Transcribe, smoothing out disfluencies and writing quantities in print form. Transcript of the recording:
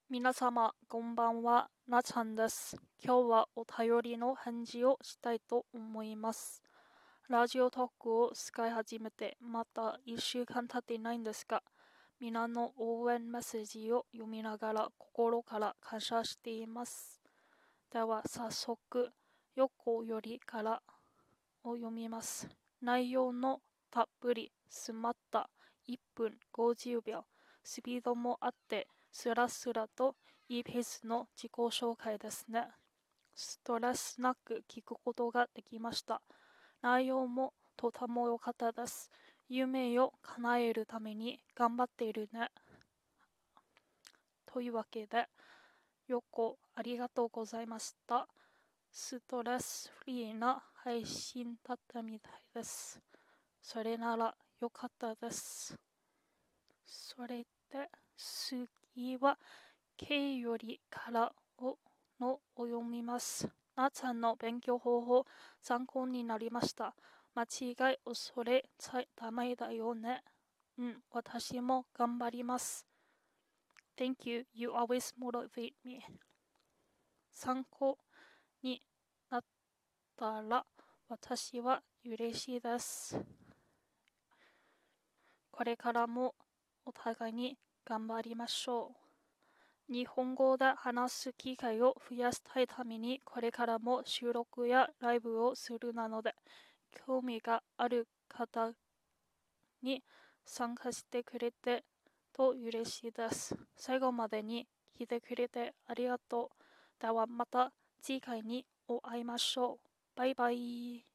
皆様、こんばんは、なちゃんです。今日はお便りの返事をしたいと思います。ラジオトークを使い始めてまた1週間経っていないんですが、皆の応援メッセージを読みながら心から感謝しています。では早速、横よりからを読みます。内容のたっぷり詰まった1分50秒、スピードもあってスラスラといいペースの自己紹介ですね。ストレスなく聞くことができました。内容もとても良かったです。夢を叶えるために頑張っているね。というわけで、横ありがとうございました。ストレスフリーな配信だったみたいです。それなら良かったです。それで次は K よりからのを読みます。なちゃんの勉強方法参考になりました。間違い恐れちゃダメだよね。私も頑張ります。Thank you. You always motivate me. 参考になったら私は嬉しいです。これからもお互いに頑張りましょう。日本語で話す機会を増やしたいためにこれからも収録やライブをするなので、興味がある方に参加してくれてと嬉しいです。最後までに聞いてくれてありがとう。ではまた次回にお会いましょう。バイバイ。